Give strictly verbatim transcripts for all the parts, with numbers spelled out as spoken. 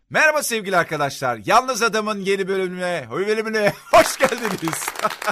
Merhaba sevgili arkadaşlar. Yalnız Adam'ın yeni bölümüne, bölümüne hoş geldiniz.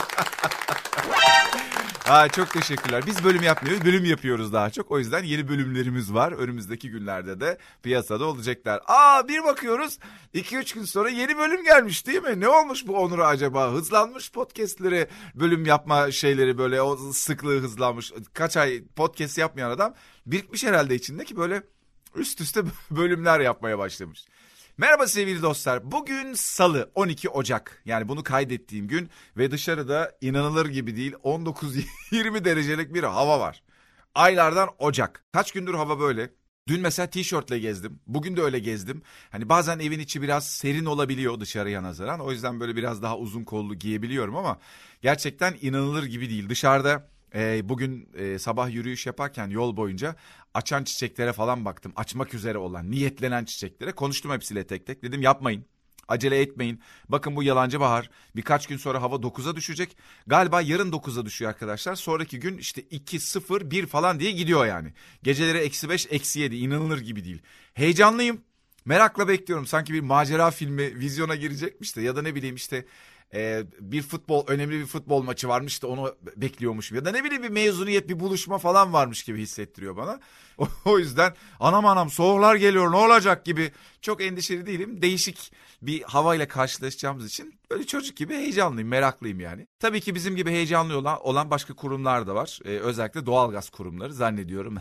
Aa, çok teşekkürler. Biz bölüm yapmıyoruz, bölüm yapıyoruz daha çok. O yüzden yeni bölümlerimiz var. Önümüzdeki günlerde de piyasada olacaklar. Aa, bir bakıyoruz iki üç gün sonra yeni bölüm gelmiş değil mi? Ne olmuş bu Onur'a acaba? Hızlanmış podcastleri, bölüm yapma şeyleri böyle o sıklığı hızlanmış. Kaç ay podcast yapmayan adam birikmiş herhalde içinde ki böyle üst üste bölümler yapmaya başlamış. Merhaba sevgili dostlar. Bugün Salı on iki Ocak. Yani bunu kaydettiğim gün ve dışarıda inanılır gibi değil on dokuz yirmi derecelik bir hava var. Aylardan Ocak. Kaç gündür hava böyle. Dün mesela tişörtle gezdim. Bugün de öyle gezdim. Hani bazen evin içi biraz serin olabiliyor dışarıya nazaran. O yüzden böyle biraz daha uzun kollu giyebiliyorum ama gerçekten inanılır gibi değil. Dışarıda e, bugün e, sabah yürüyüş yaparken yol boyunca açan çiçeklere falan baktım. Açmak üzere olan, niyetlenen çiçeklere. Konuştum hepsiyle tek tek. Dedim yapmayın. Acele etmeyin. Bakın bu yalancı bahar. Birkaç gün sonra hava dokuza düşecek. Galiba yarın dokuza düşüyor arkadaşlar. Sonraki gün işte iki, sıfır, bir falan diye gidiyor yani. Geceleri eksi beş, eksi yedi. İnanılır gibi değil. Heyecanlıyım. Merakla bekliyorum. Sanki bir macera filmi vizyona girecekmiş de ya da ne bileyim işte e, bir futbol, önemli bir futbol maçı varmış da onu bekliyormuşum. Ya da ne bileyim bir mezuniyet, bir buluşma falan varmış gibi hissettiriyor bana. O, o yüzden anam anam soğuklar geliyor ne olacak gibi çok endişeli değilim. Değişik bir havayla karşılaşacağımız için böyle çocuk gibi heyecanlıyım, meraklıyım yani. Tabii ki bizim gibi heyecanlı olan, olan başka kurumlar da var. Ee, özellikle doğalgaz kurumları zannediyorum.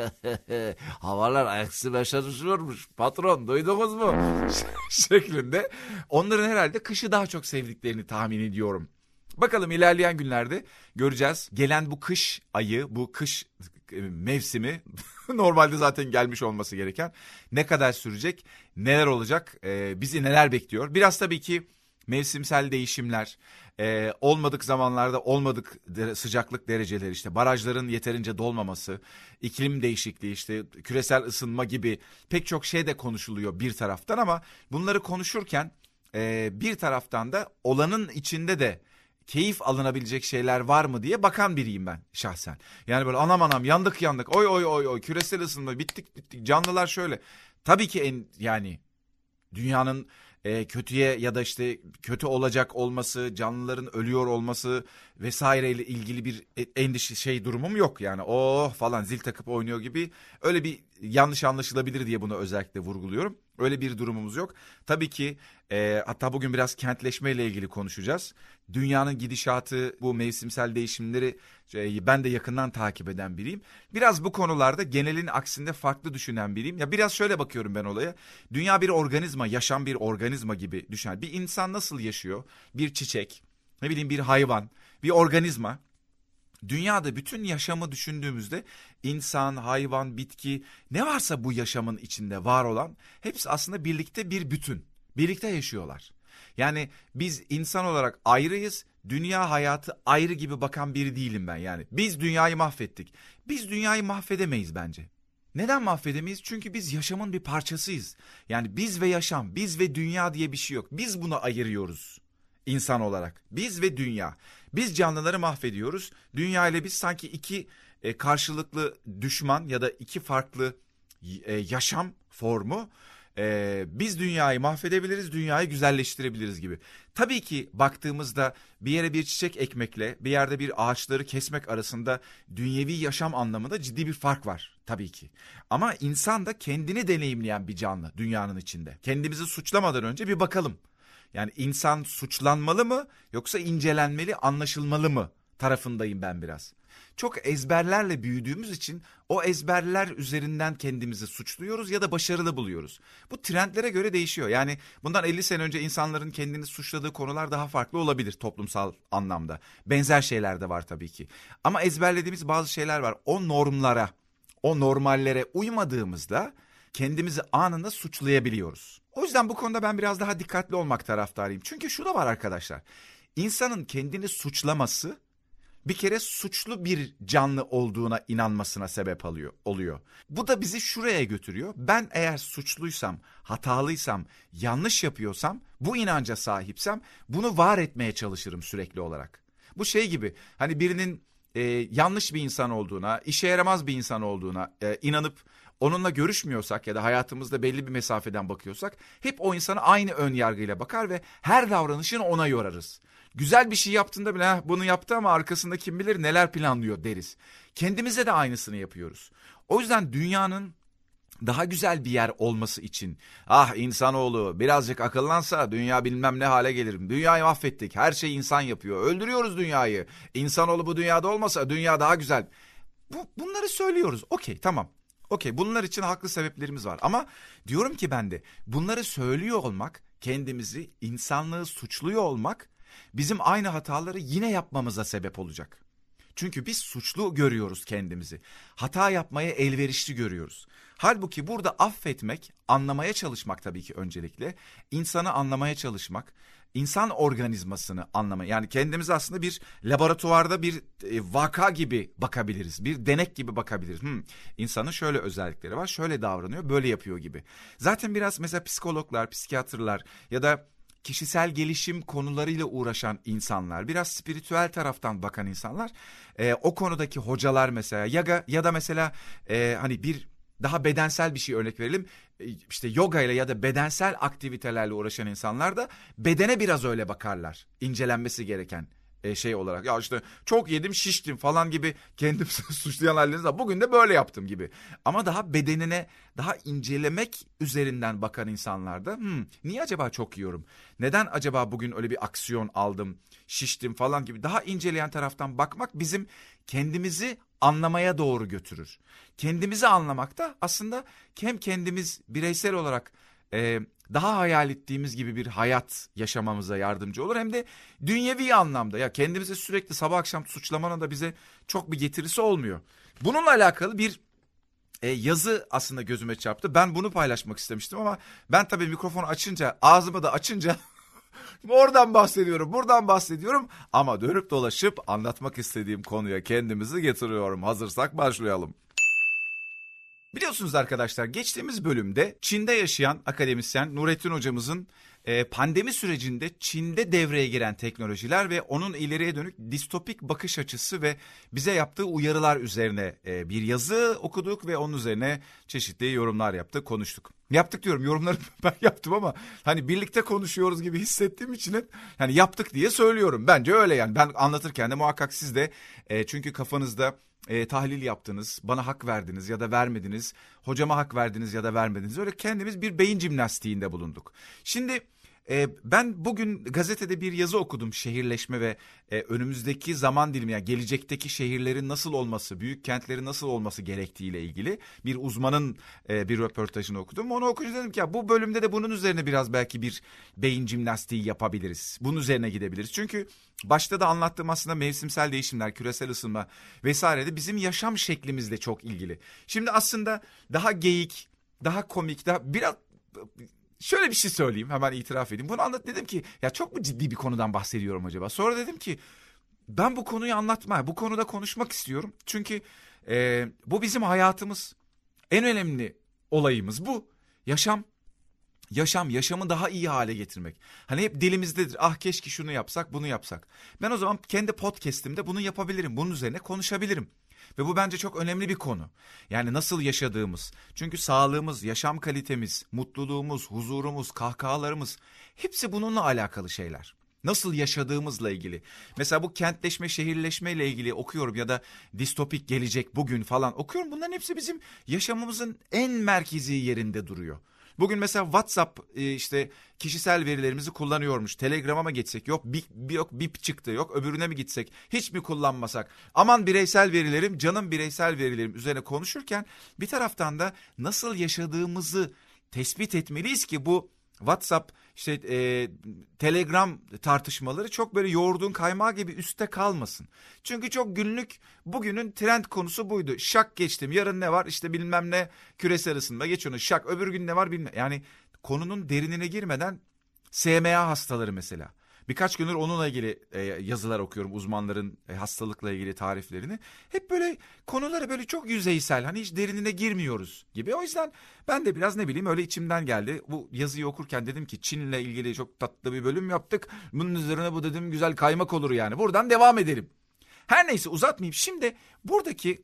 Havalar eksi beşe düşüyormuş patron duydunuz mu? şeklinde. Onların herhalde kışı daha çok sevdiklerini tahmin ediyorum. Bakalım ilerleyen günlerde göreceğiz. Gelen bu kış ayı, bu kış mevsimi normalde zaten gelmiş olması gereken ne kadar sürecek, neler olacak, e, bizi neler bekliyor? Biraz tabii ki mevsimsel değişimler, e, olmadık zamanlarda olmadık de, sıcaklık dereceleri, işte barajların yeterince dolmaması, iklim değişikliği, işte küresel ısınma gibi pek çok şey de konuşuluyor bir taraftan ama bunları konuşurken e, bir taraftan da olanın içinde de keyif alınabilecek şeyler var mı diye bakan biriyim ben şahsen. Yani böyle anam anam yandık yandık oy oy oy oy küresel ısınma bittik bittik canlılar şöyle. Tabii ki en yani dünyanın e, kötüye ya da işte kötü olacak olması, canlıların ölüyor olması vesaireyle ilgili bir endişe şey durumum yok. Yani oh falan zil takıp oynuyor gibi öyle bir yanlış anlaşılabilir diye bunu özellikle vurguluyorum. Öyle bir durumumuz yok. Tabii ki e, hatta bugün biraz kentleşmeyle ilgili konuşacağız. Dünyanın gidişatı, bu mevsimsel değişimleri e, ben de yakından takip eden biriyim. Biraz bu konularda genelin aksinde farklı düşünen biriyim. Ya biraz şöyle bakıyorum ben olaya. Dünya bir organizma, yaşam bir organizma gibi düşünen. Bir insan nasıl yaşıyor? Bir çiçek, ne bileyim bir hayvan, bir organizma. Dünyada bütün yaşamı düşündüğümüzde insan, hayvan, bitki ne varsa bu yaşamın içinde var olan hepsi aslında birlikte bir bütün. Birlikte yaşıyorlar. Yani biz insan olarak ayrıyız. Dünya hayatı ayrı gibi bakan biri değilim ben yani. Biz dünyayı mahvettik. Biz dünyayı mahvedemeyiz bence. Neden mahvedemeyiz? Çünkü biz yaşamın bir parçasıyız. Yani biz ve yaşam, biz ve dünya diye bir şey yok. Biz bunu ayırıyoruz insan olarak. Biz ve dünya. Biz canlıları mahvediyoruz. Dünya ile biz sanki iki e, karşılıklı düşman ya da iki farklı e, yaşam formu. E, biz dünyayı mahvedebiliriz, dünyayı güzelleştirebiliriz gibi. Tabii ki baktığımızda bir yere bir çiçek ekmekle bir yerde bir ağaçları kesmek arasında dünyevi yaşam anlamında ciddi bir fark var tabii ki. Ama insan da kendini deneyimleyen bir canlı dünyanın içinde. Kendimizi suçlamadan önce bir bakalım. Yani insan suçlanmalı mı yoksa incelenmeli, anlaşılmalı mı tarafındayım ben biraz. Çok ezberlerle büyüdüğümüz için o ezberler üzerinden kendimizi suçluyoruz ya da başarılı buluyoruz. Bu trendlere göre değişiyor. Yani bundan elli sene önce insanların kendini suçladığı konular daha farklı olabilir toplumsal anlamda. Benzer şeyler de var tabii ki. Ama ezberlediğimiz bazı şeyler var. O normlara, o normallere uymadığımızda kendimizi anında suçlayabiliyoruz. O yüzden bu konuda ben biraz daha dikkatli olmak taraftarıyım. Çünkü şu da var arkadaşlar. İnsanın kendini suçlaması bir kere suçlu bir canlı olduğuna inanmasına sebep alıyor, oluyor. Bu da bizi şuraya götürüyor. Ben eğer suçluysam, hatalıysam, yanlış yapıyorsam, bu inanca sahipsem bunu var etmeye çalışırım sürekli olarak. Bu şey gibi hani birinin e, yanlış bir insan olduğuna, işe yaramaz bir insan olduğuna e, inanıp onunla görüşmüyorsak ya da hayatımızda belli bir mesafeden bakıyorsak hep o insana aynı ön yargıyla bakar ve her davranışını ona yorarız. Güzel bir şey yaptığında bile bunu yaptı ama arkasında kim bilir neler planlıyor deriz. Kendimize de aynısını yapıyoruz. O yüzden dünyanın daha güzel bir yer olması için, ah insanoğlu birazcık akıllansa dünya bilmem ne hale gelir. Dünyayı mahvettik, her şeyi insan yapıyor, öldürüyoruz dünyayı. İnsanoğlu bu dünyada olmasa dünya daha güzel. Bu, bunları söylüyoruz, okey tamam. Okey, bunlar için haklı sebeplerimiz var ama diyorum ki ben de bunları söylüyor olmak, kendimizi, insanlığı suçluyor olmak bizim aynı hataları yine yapmamıza sebep olacak. Çünkü biz suçlu görüyoruz kendimizi. Hata yapmaya elverişli görüyoruz. Halbuki burada affetmek, anlamaya çalışmak tabii ki öncelikle. İnsanı anlamaya çalışmak, insan organizmasını anlamaya. Yani kendimize aslında bir laboratuvarda bir e, vaka gibi bakabiliriz. Bir denek gibi bakabiliriz. Hmm, insanın şöyle özellikleri var, şöyle davranıyor, böyle yapıyor gibi. Zaten biraz mesela psikologlar, psikiyatrlar ya da kişisel gelişim konularıyla uğraşan insanlar, biraz spiritüel taraftan bakan insanlar, e, o konudaki hocalar mesela ya, ya da mesela e, hani bir daha bedensel bir şey örnek verelim, e, işte yoga ile ya da bedensel aktivitelerle uğraşan insanlar da bedene biraz öyle bakarlar, incelenmesi gereken e, şey olarak. Ya işte çok yedim şiştim falan gibi kendimi suçlayan halleriniz var. Bugün de böyle yaptım gibi. Ama daha bedenine daha incelemek üzerinden bakan insanlarda hmm, niye acaba çok yiyorum? Neden acaba bugün öyle bir aksiyon aldım, şiştim falan gibi daha inceleyen taraftan bakmak bizim kendimizi anlamaya doğru götürür. Kendimizi anlamak da aslında hem kendimiz bireysel olarak e, daha hayal ettiğimiz gibi bir hayat yaşamamıza yardımcı olur hem de dünyevi anlamda ya kendimizi sürekli sabah akşam suçlamanın da bize çok bir getirisi olmuyor. Bununla alakalı bir e, yazı aslında gözüme çarptı. Ben bunu paylaşmak istemiştim ama ben tabii mikrofonu açınca, ağzımı da açınca oradan bahsediyorum, buradan bahsediyorum ama dönüp dolaşıp anlatmak istediğim konuya kendimizi getiriyorum. Hazırsak başlayalım. Biliyorsunuz arkadaşlar, geçtiğimiz bölümde Çin'de yaşayan akademisyen Nurettin hocamızın e, pandemi sürecinde Çin'de devreye giren teknolojiler ve onun ileriye dönük distopik bakış açısı ve bize yaptığı uyarılar üzerine e, bir yazı okuduk ve onun üzerine çeşitli yorumlar yaptık, konuştuk. Yaptık diyorum, yorumları ben yaptım ama hani birlikte konuşuyoruz gibi hissettiğim için hep hani yaptık diye söylüyorum. Bence öyle yani, ben anlatırken de muhakkak siz de e, çünkü kafanızda E, tahlil yaptınız, bana hak verdiniz ya da vermediniz, hocama hak verdiniz ya da vermediniz. Öyle kendimiz bir beyin jimnastiğinde bulunduk. Şimdi e, ben bugün gazetede bir yazı okudum, şehirleşme ve e, önümüzdeki zaman dilimi, yani gelecekteki şehirlerin nasıl olması, büyük kentlerin nasıl olması gerektiğiyle ilgili bir uzmanın e, bir röportajını okudum. Onu okuyunca dedim ki ya bu bölümde de bunun üzerine biraz belki bir beyin jimnastiği yapabiliriz. Bunun üzerine gidebiliriz. Çünkü başta da anlattığım aslında mevsimsel değişimler, küresel ısınma vesaire de bizim yaşam şeklimizle çok ilgili. Şimdi aslında daha geyik, daha komik, daha biraz şöyle bir şey söyleyeyim, hemen itiraf edeyim. Bunu anlat, dedim ki ya çok mu ciddi bir konudan bahsediyorum acaba? Sonra dedim ki ben bu konuyu anlatmaya, bu konuda konuşmak istiyorum. Çünkü e, bu bizim hayatımız. En önemli olayımız bu. Yaşam. Yaşam, yaşamı daha iyi hale getirmek. Hani hep dilimizdedir. Ah keşke şunu yapsak, bunu yapsak. Ben o zaman kendi podcast'imde bunu yapabilirim. Bunun üzerine konuşabilirim. Ve bu bence çok önemli bir konu. Yani nasıl yaşadığımız. Çünkü sağlığımız, yaşam kalitemiz, mutluluğumuz, huzurumuz, kahkahalarımız hepsi bununla alakalı şeyler. Nasıl yaşadığımızla ilgili. Mesela bu kentleşme, şehirleşme ile ilgili okuyorum ya da distopik gelecek bugün falan okuyorum. Bunların hepsi bizim yaşamımızın en merkezi yerinde duruyor. Bugün mesela WhatsApp işte kişisel verilerimizi kullanıyormuş. Telegram'a mı geçsek? Yok bip, yok bip çıktı. Yok öbürüne mi gitsek? Hiç mi kullanmasak? Aman bireysel verilerim, canım bireysel verilerim üzerine konuşurken bir taraftan da nasıl yaşadığımızı tespit etmeliyiz ki bu WhatsApp, işte e, Telegram tartışmaları çok böyle yoğurdun kaymağı gibi üstte kalmasın. Çünkü çok günlük, bugünün trend konusu buydu. Şak geçtim, yarın ne var? İşte bilmem ne küresel ısınma, geç onu şak, öbür gün ne var bilmem. Yani konunun derinine girmeden S M A hastaları mesela. Birkaç gündür onunla ilgili e, yazılar okuyorum, uzmanların e, hastalıkla ilgili tariflerini. Hep böyle konuları böyle çok yüzeysel, hani hiç derinine girmiyoruz gibi. O yüzden ben de biraz ne bileyim öyle içimden geldi. Bu yazıyı okurken dedim ki Çin'le ilgili çok tatlı bir bölüm yaptık. Bunun üzerine bu dedim güzel kaymak olur yani. Buradan devam edelim. Her neyse uzatmayayım. Şimdi buradaki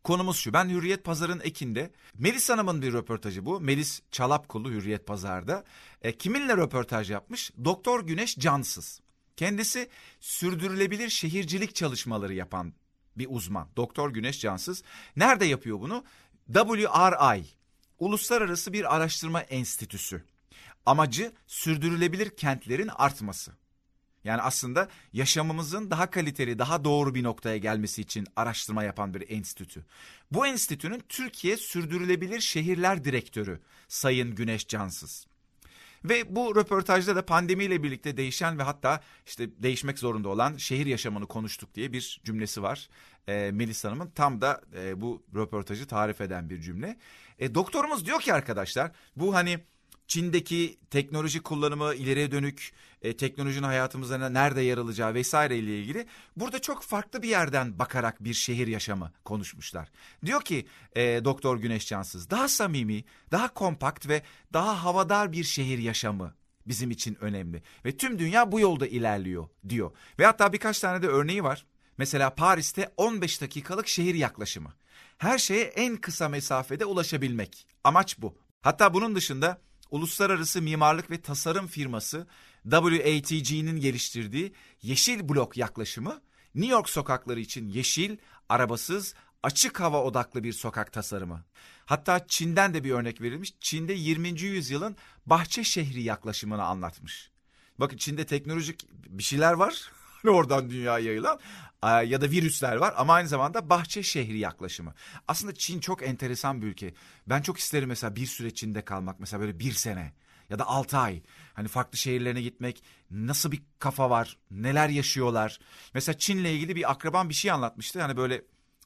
Konumuz şu, ben Hürriyet Pazar'ın ekinde, Melis Hanım'ın bir röportajı bu. Melis Çalapkulu Hürriyet Pazar'da. E, kiminle röportaj yapmış? Doktor Güneş Cansız. Kendisi sürdürülebilir şehircilik çalışmaları yapan bir uzman. Doktor Güneş Cansız. Nerede yapıyor bunu? W R I, Uluslararası bir Araştırma Enstitüsü. Amacı sürdürülebilir kentlerin artması. Yani aslında yaşamımızın daha kaliteli, daha doğru bir noktaya gelmesi için araştırma yapan bir enstitü. Bu enstitünün Türkiye Sürdürülebilir Şehirler Direktörü Sayın Güneş Cansız. Ve bu röportajda da pandemiyle birlikte değişen ve hatta işte değişmek zorunda olan şehir yaşamını konuştuk diye bir cümlesi var. E, Melis Hanım'ın tam da e, bu röportajı tarif eden bir cümle. E, doktorumuz diyor ki arkadaşlar, bu hani Çin'deki teknoloji kullanımı, ileriye dönük e, teknolojinin hayatımıza nerede yer alacağı vesaire ile ilgili burada çok farklı bir yerden bakarak bir şehir yaşamı konuşmuşlar. Diyor ki e, Doktor Güneş Cansız, daha samimi, daha kompakt ve daha havadar bir şehir yaşamı bizim için önemli. Ve tüm dünya bu yolda ilerliyor diyor. Ve hatta birkaç tane de örneği var. Mesela Paris'te on beş dakikalık şehir yaklaşımı. Her şeye en kısa mesafede ulaşabilmek. Amaç bu. Hatta bunun dışında uluslararası mimarlık ve tasarım firması W A T G'nin geliştirdiği yeşil blok yaklaşımı, New York sokakları için yeşil, arabasız, açık hava odaklı bir sokak tasarımı. Hatta Çin'den de bir örnek verilmiş. Çin'de yirminci yüzyılın bahçe şehri yaklaşımını anlatmış. Bakın, Çin'de teknolojik bir şeyler var. Oradan dünyaya yayılan ya da virüsler var ama aynı zamanda bahçe şehri yaklaşımı. Aslında Çin çok enteresan bir ülke. Ben çok isterim mesela bir süre Çin'de kalmak, mesela böyle bir sene ya da altı ay. Hani farklı şehirlerine gitmek, nasıl bir kafa var, neler yaşıyorlar. Mesela Çin'le ilgili bir akrabam bir şey anlatmıştı. Hani böyle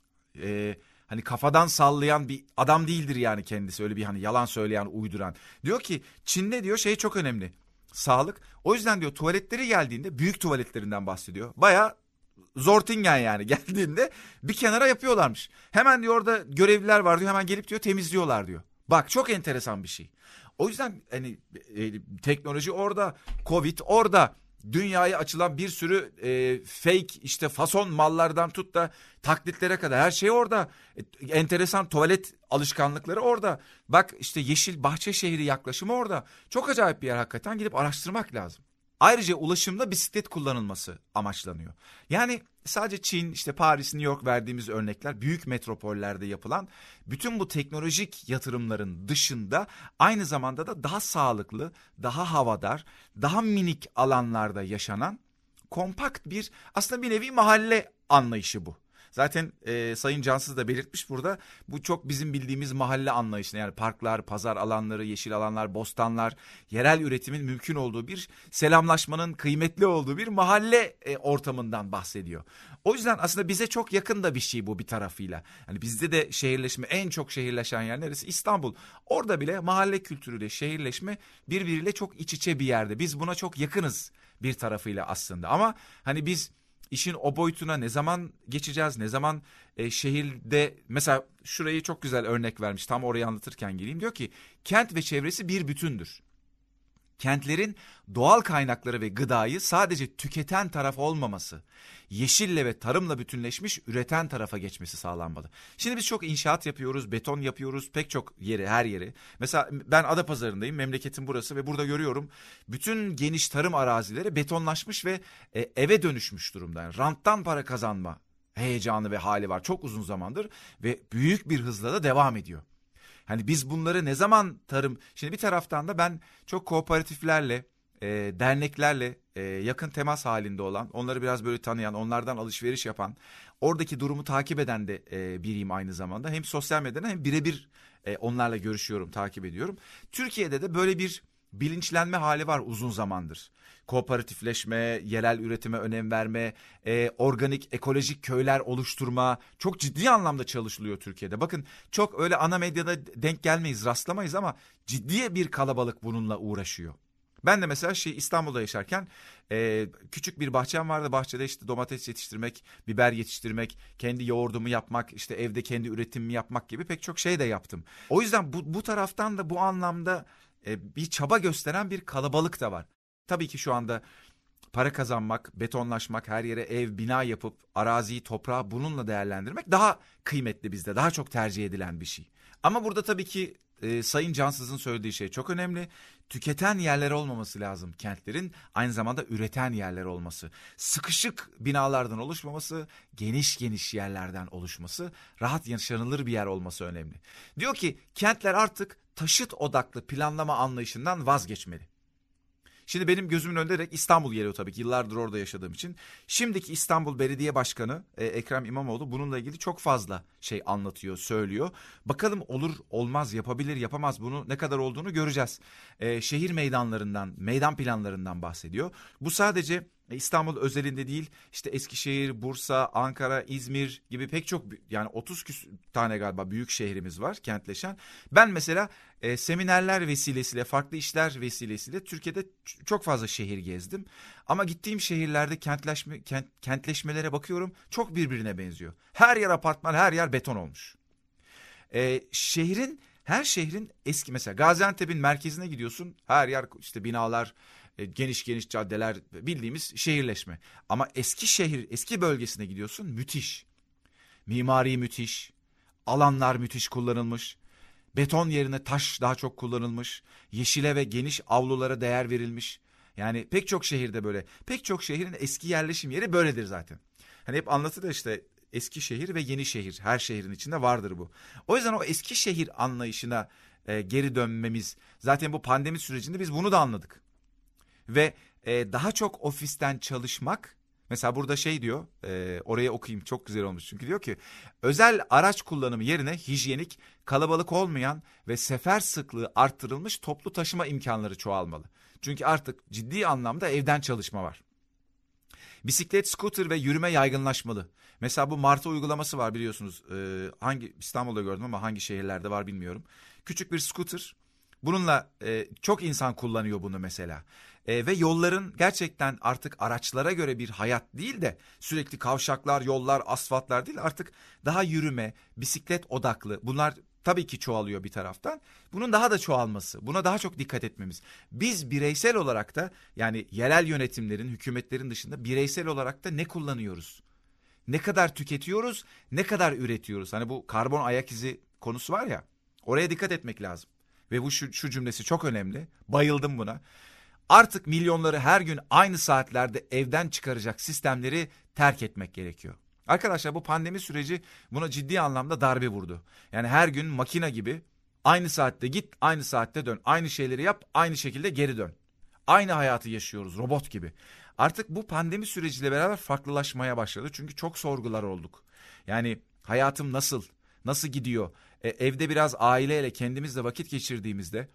e, hani kafadan sallayan bir adam değildir yani kendisi, öyle bir hani yalan söyleyen, uyduran. Diyor ki Çin'de diyor şey çok önemli. Sağlık. O yüzden diyor tuvaletleri geldiğinde, büyük tuvaletlerinden bahsediyor. Bayağı zortingen yani, geldiğinde bir kenara yapıyorlarmış. Hemen diyor orada görevliler var diyor, hemen gelip diyor temizliyorlar diyor. Bak, çok enteresan bir şey. O yüzden hani e, teknoloji orada, Covid orada. Dünyaya açılan bir sürü e, fake işte fason mallardan tut da taklitlere kadar her şey orada. E, enteresan tuvalet alışkanlıkları orada. Bak işte yeşil bahçe şehri yaklaşımı orada. Çok acayip bir yer hakikaten, gidip araştırmak lazım. Ayrıca ulaşımda bisiklet kullanılması amaçlanıyor. Yani sadece Çin, işte Paris, New York verdiğimiz örnekler, büyük metropollerde yapılan bütün bu teknolojik yatırımların dışında aynı zamanda da daha sağlıklı, daha havadar, daha minik alanlarda yaşanan kompakt bir, aslında bir nevi mahalle anlayışı bu. Zaten e, Sayın Cansız da belirtmiş burada, bu çok bizim bildiğimiz mahalle anlayışına, yani parklar, pazar alanları, yeşil alanlar, bostanlar, yerel üretimin mümkün olduğu bir, selamlaşmanın kıymetli olduğu bir mahalle e, ortamından bahsediyor. O yüzden aslında bize çok yakın da bir şey bu bir tarafıyla. Hani bizde de şehirleşme, en çok şehirleşen yer neresi? İstanbul. Orada bile mahalle kültürüyle şehirleşme birbiriyle çok iç içe bir yerde. Biz buna çok yakınız bir tarafıyla aslında, ama hani biz İşin o boyutuna ne zaman geçeceğiz, ne zaman e, şehirde, mesela şurayı çok güzel örnek vermiş, tam orayı anlatırken geleyim, diyor ki kent ve çevresi bir bütündür. Kentlerin doğal kaynakları ve gıdayı sadece tüketen taraf olmaması, yeşille ve tarımla bütünleşmiş üreten tarafa geçmesi sağlanmalı. Şimdi biz çok inşaat yapıyoruz, beton yapıyoruz, pek çok yeri, her yeri. Mesela ben Adapazarı'ndayım, memleketim burası ve burada görüyorum bütün geniş tarım arazileri betonlaşmış ve e, eve dönüşmüş durumda. Yani ranttan para kazanma heyecanı ve hali var çok uzun zamandır ve büyük bir hızla da devam ediyor. Hani biz bunları ne zaman tarım... Şimdi bir taraftan da ben çok kooperatiflerle, e, derneklerle e, yakın temas halinde olan, onları biraz böyle tanıyan, onlardan alışveriş yapan, oradaki durumu takip eden de e, biriyim aynı zamanda. Hem sosyal medyadan hem birebir e, onlarla görüşüyorum, takip ediyorum. Türkiye'de de böyle bir bilinçlenme hali var uzun zamandır. Kooperatifleşme, yerel üretime önem verme, e, organik, ekolojik köyler oluşturma çok ciddi anlamda çalışılıyor Türkiye'de. Bakın çok öyle ana medyada denk gelmeyiz, rastlamayız ama ciddi bir kalabalık bununla uğraşıyor. Ben de mesela şey İstanbul'da yaşarken e, küçük bir bahçem vardı. Bahçede işte domates yetiştirmek, biber yetiştirmek, kendi yoğurdumu yapmak, işte evde kendi üretimimi yapmak gibi pek çok şey de yaptım. O yüzden bu, bu taraftan da bu anlamda e, bir çaba gösteren bir kalabalık da var. Tabii ki şu anda para kazanmak, betonlaşmak, her yere ev, bina yapıp araziyi, toprağı bununla değerlendirmek daha kıymetli bizde, daha çok tercih edilen bir şey. Ama burada tabii ki e, Sayın Cansız'ın söylediği şey çok önemli. Tüketen yerler olmaması lazım kentlerin, aynı zamanda üreten yerler olması. Sıkışık binalardan oluşmaması, geniş geniş yerlerden oluşması, rahat yaşanılır bir yer olması önemli. Diyor ki kentler artık taşıt odaklı planlama anlayışından vazgeçmeli. Şimdi benim gözümün önünde direkt İstanbul geliyor tabii ki, yıllardır orada yaşadığım için. Şimdiki İstanbul Belediye Başkanı e, Ekrem İmamoğlu bununla ilgili çok fazla şey anlatıyor, söylüyor. Bakalım olur olmaz, yapabilir yapamaz, bunu ne kadar olduğunu göreceğiz. E, şehir meydanlarından, meydan planlarından bahsediyor. Bu sadece İstanbul özelinde değil, işte Eskişehir, Bursa, Ankara, İzmir gibi pek çok, yani otuz küsur tane galiba büyük şehrimiz var kentleşen. Ben mesela e, seminerler vesilesiyle, farklı işler vesilesiyle Türkiye'de ç- çok fazla şehir gezdim. Ama gittiğim şehirlerde kentleşme, kent, kentleşmelere bakıyorum, çok birbirine benziyor. Her yer apartman, her yer beton olmuş. E, şehrin, her şehrin eski, mesela Gaziantep'in merkezine gidiyorsun, her yer işte binalar, geniş geniş caddeler, bildiğimiz şehirleşme. Ama eski şehir, eski bölgesine gidiyorsun, müthiş. Mimari müthiş, alanlar müthiş kullanılmış, beton yerine taş daha çok kullanılmış, yeşile ve geniş avlulara değer verilmiş. Yani pek çok şehirde böyle, pek çok şehrin eski yerleşim yeri böyledir zaten. Hani hep anlatılır işte, eski şehir ve yeni şehir, her şehrin içinde vardır bu. O yüzden o eski şehir anlayışına e, geri dönmemiz, zaten bu pandemi sürecinde biz bunu da anladık. Ve e, daha çok ofisten çalışmak, mesela burada şey diyor, e, oraya okuyayım, çok güzel olmuş çünkü, diyor ki özel araç kullanımı yerine hijyenik, kalabalık olmayan ve sefer sıklığı arttırılmış toplu taşıma imkanları çoğalmalı. Çünkü artık ciddi anlamda evden çalışma var. Bisiklet, scooter ve yürüme yaygınlaşmalı. Mesela bu Martı uygulaması var, biliyorsunuz. Ee, hangi İstanbul'da gördüm ama hangi şehirlerde var bilmiyorum. Küçük bir scooter. Bununla e, çok insan kullanıyor bunu mesela. E, ve yolların gerçekten artık araçlara göre bir hayat değil de sürekli kavşaklar, yollar, asfaltlar değil, artık daha yürüme, bisiklet odaklı. Bunlar tabii ki çoğalıyor bir taraftan. Bunun daha da çoğalması, buna daha çok dikkat etmemiz. Biz bireysel olarak da, yani yerel yönetimlerin, hükümetlerin dışında bireysel olarak da ne kullanıyoruz? Ne kadar tüketiyoruz, ne kadar üretiyoruz? Hani bu karbon ayak izi konusu var ya, oraya dikkat etmek lazım. Ve bu şu, şu cümlesi çok önemli. Bayıldım buna. Artık milyonları her gün aynı saatlerde evden çıkaracak sistemleri terk etmek gerekiyor. Arkadaşlar, bu pandemi süreci buna ciddi anlamda darbe vurdu. Yani her gün makine gibi aynı saatte git, aynı saatte dön. Aynı şeyleri yap, aynı şekilde geri dön. Aynı hayatı yaşıyoruz robot gibi. Artık bu pandemi süreciyle beraber farklılaşmaya başladı. Çünkü çok sorgular olduk. Yani hayatım nasıl, nasıl gidiyor? E, evde biraz aileyle, kendimizle vakit geçirdiğimizde,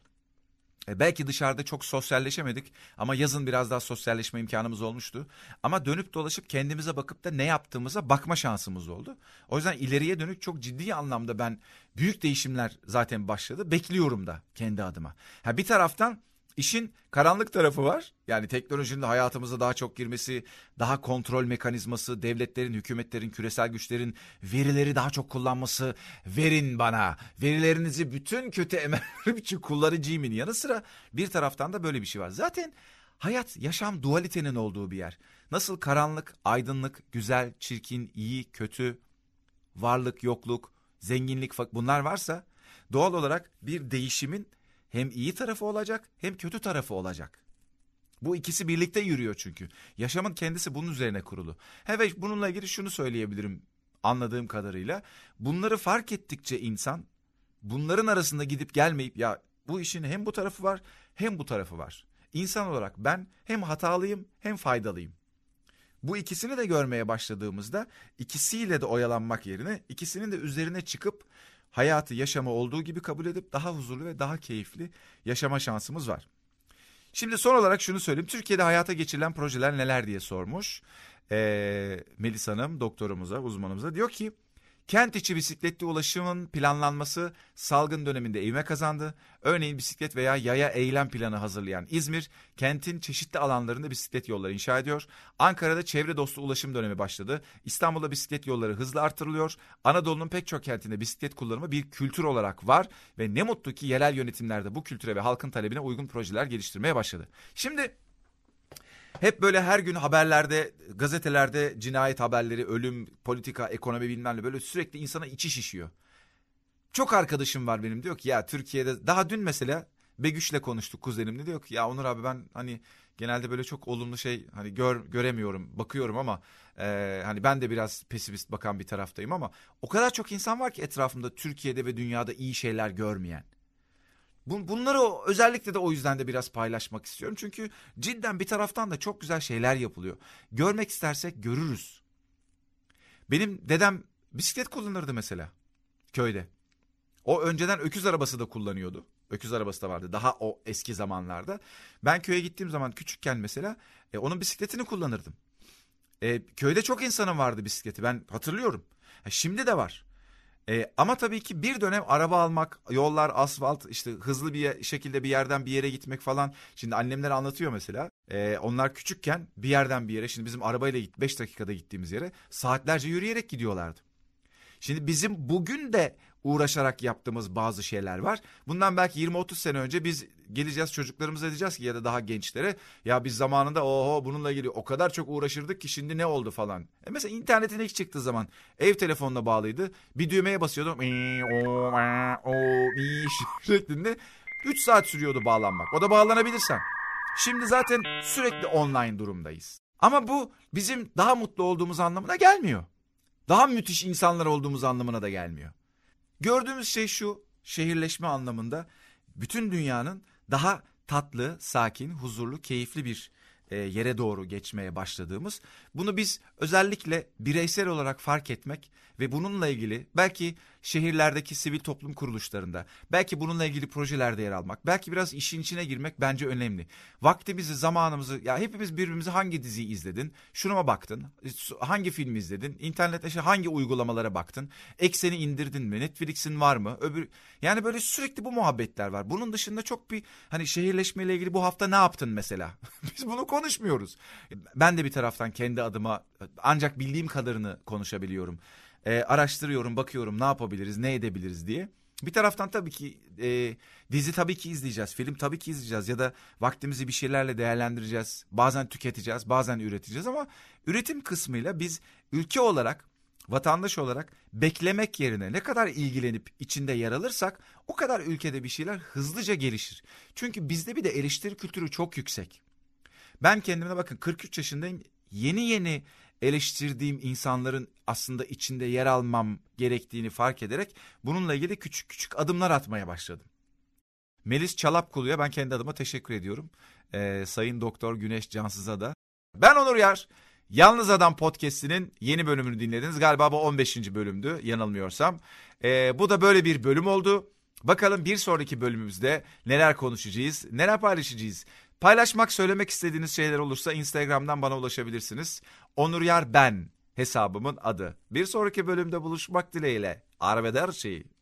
E belki dışarıda çok sosyalleşemedik ama yazın biraz daha sosyalleşme imkanımız olmuştu. Ama dönüp dolaşıp kendimize bakıp da ne yaptığımıza bakma şansımız oldu. O yüzden ileriye dönük çok ciddi anlamda ben büyük değişimler zaten başladı. Bekliyorum da kendi adıma. Ha, bir taraftan işin karanlık tarafı var. Yani teknolojinin hayatımıza daha çok girmesi, daha kontrol mekanizması, devletlerin, hükümetlerin, küresel güçlerin verileri daha çok kullanması. Verin bana, verilerinizi bütün kötü emellerim için kullanıcıyımın yanı sıra bir taraftan da böyle bir şey var. Zaten hayat, yaşam dualitenin olduğu bir yer. Nasıl karanlık, aydınlık, güzel, çirkin, iyi, kötü, varlık, yokluk, zenginlik, bunlar varsa doğal olarak bir değişimin hem iyi tarafı olacak hem kötü tarafı olacak. Bu ikisi birlikte yürüyor çünkü. Yaşamın kendisi bunun üzerine kurulu. Evet, bununla ilgili şunu söyleyebilirim anladığım kadarıyla. Bunları fark ettikçe insan, bunların arasında gidip gelmeyip, ya bu işin hem bu tarafı var hem bu tarafı var. İnsan olarak ben hem hatalıyım hem faydalıyım. Bu ikisini de görmeye başladığımızda ikisiyle de oyalanmak yerine ikisinin de üzerine çıkıp hayatı, yaşamı olduğu gibi kabul edip daha huzurlu ve daha keyifli yaşama şansımız var. Şimdi son olarak şunu söyleyeyim. Türkiye'de hayata geçirilen projeler neler diye sormuş ee, Melis Hanım doktorumuza, uzmanımıza. Diyor ki kent içi bisikletli ulaşımın planlanması salgın döneminde ivme kazandı. Örneğin bisiklet veya yaya eylem planı hazırlayan İzmir, kentin çeşitli alanlarında bisiklet yolları inşa ediyor. Ankara'da çevre dostu ulaşım dönemi başladı. İstanbul'da bisiklet yolları hızla artırılıyor. Anadolu'nun pek çok kentinde bisiklet kullanımı bir kültür olarak var. Ve ne mutlu ki yerel yönetimlerde bu kültüre ve halkın talebine uygun projeler geliştirmeye başladı. Şimdi Hep böyle her gün haberlerde, gazetelerde cinayet haberleri, ölüm, politika, ekonomi bilmem ne, böyle sürekli insana içi şişiyor. Çok arkadaşım var benim, diyor ki ya Türkiye'de, daha dün mesela Begüş'le konuştuk, kuzenimle, diyor ki ya Onur abi ben hani genelde böyle çok olumlu şey hani gör, göremiyorum, bakıyorum ama e, hani ben de biraz pesimist bakan bir taraftayım ama o kadar çok insan var ki etrafımda Türkiye'de ve dünyada iyi şeyler görmeyen. Bun, bunları özellikle de o yüzden de biraz paylaşmak istiyorum. Çünkü cidden bir taraftan da çok güzel şeyler yapılıyor. Görmek istersek görürüz. Benim dedem bisiklet kullanırdı mesela köyde. O önceden öküz arabası da kullanıyordu. Öküz arabası da vardı daha o eski zamanlarda. Ben köye gittiğim zaman küçükken mesela e, onun bisikletini kullanırdım. E, köyde çok insanın vardı bisikleti, ben hatırlıyorum. E, şimdi de var. E, ama tabii ki bir dönem araba almak, yollar, asfalt, işte hızlı bir ye- şekilde bir yerden bir yere gitmek falan. Şimdi annemler anlatıyor mesela. E, onlar küçükken bir yerden bir yere, şimdi bizim arabayla git beş dakikada gittiğimiz yere saatlerce yürüyerek gidiyorlardı. Şimdi bizim bugün de uğraşarak yaptığımız bazı şeyler var. Bundan belki yirmi otuz sene önce biz geleceğiz, çocuklarımıza diyeceğiz ki ya da daha gençlere, ya biz zamanında oho bununla ilgili o kadar çok uğraşırdık ki şimdi ne oldu falan. E mesela internetin ilk çıktığı zaman ev telefonuna bağlıydı. Bir düğmeye basıyordum. O şeklinde üç saat sürüyordu bağlanmak. O da bağlanabilirsen. Şimdi zaten sürekli online durumdayız. Ama bu bizim daha mutlu olduğumuz anlamına gelmiyor. Daha müthiş insanlar olduğumuz anlamına da gelmiyor. Gördüğümüz şey şu, şehirleşme anlamında bütün dünyanın daha tatlı, sakin, huzurlu, keyifli bir e, yere doğru geçmeye başladığımız. Bunu biz özellikle bireysel olarak fark etmek ve bununla ilgili belki şehirlerdeki sivil toplum kuruluşlarında, belki bununla ilgili projelerde yer almak, belki biraz işin içine girmek bence önemli. Vaktimizi, zamanımızı, ya hepimiz birbirimize hangi diziyi izledin, şuna mı baktın, hangi filmi izledin, internette işte hangi uygulamalara baktın, Eksen'i indirdin mi, Netflix'in var mı, öbür, yani böyle sürekli bu muhabbetler var. Bunun dışında çok bir hani şehirleşmeyle ilgili bu hafta ne yaptın mesela? Biz bunu konuşmuyoruz. Ben de bir taraftan kendi adıma ancak bildiğim kadarını konuşabiliyorum. Ee, araştırıyorum, bakıyorum ne yapabiliriz, ne edebiliriz diye. Bir taraftan tabii ki e, dizi tabii ki izleyeceğiz, film tabii ki izleyeceğiz ya da vaktimizi bir şeylerle değerlendireceğiz. Bazen tüketeceğiz, bazen üreteceğiz ama üretim kısmıyla biz ülke olarak, vatandaş olarak beklemek yerine ne kadar ilgilenip içinde yer alırsak o kadar ülkede bir şeyler hızlıca gelişir. Çünkü bizde bir de eleştiri kültürü çok yüksek. Ben kendime bakın kırk üç yaşındayım, yeni yeni eleştirdiğim insanların aslında içinde yer almam gerektiğini fark ederek bununla ilgili küçük küçük adımlar atmaya başladım. Melis Çalapkulu'ya ben kendi adıma teşekkür ediyorum. Ee, Sayın Doktor Güneş Cansız'a da. Ben Onur Yar. Yalnız Adam Podcast'inin yeni bölümünü dinlediniz. Galiba bu on beşinci bölümdü yanılmıyorsam. Ee, bu da böyle bir bölüm oldu. Bakalım bir sonraki bölümümüzde neler konuşacağız, neler paylaşacağız. Paylaşmak, söylemek istediğiniz şeyler olursa Instagram'dan bana ulaşabilirsiniz. Onur Yar ben hesabımın adı. Bir sonraki bölümde buluşmak dileğiyle. Arrivederci.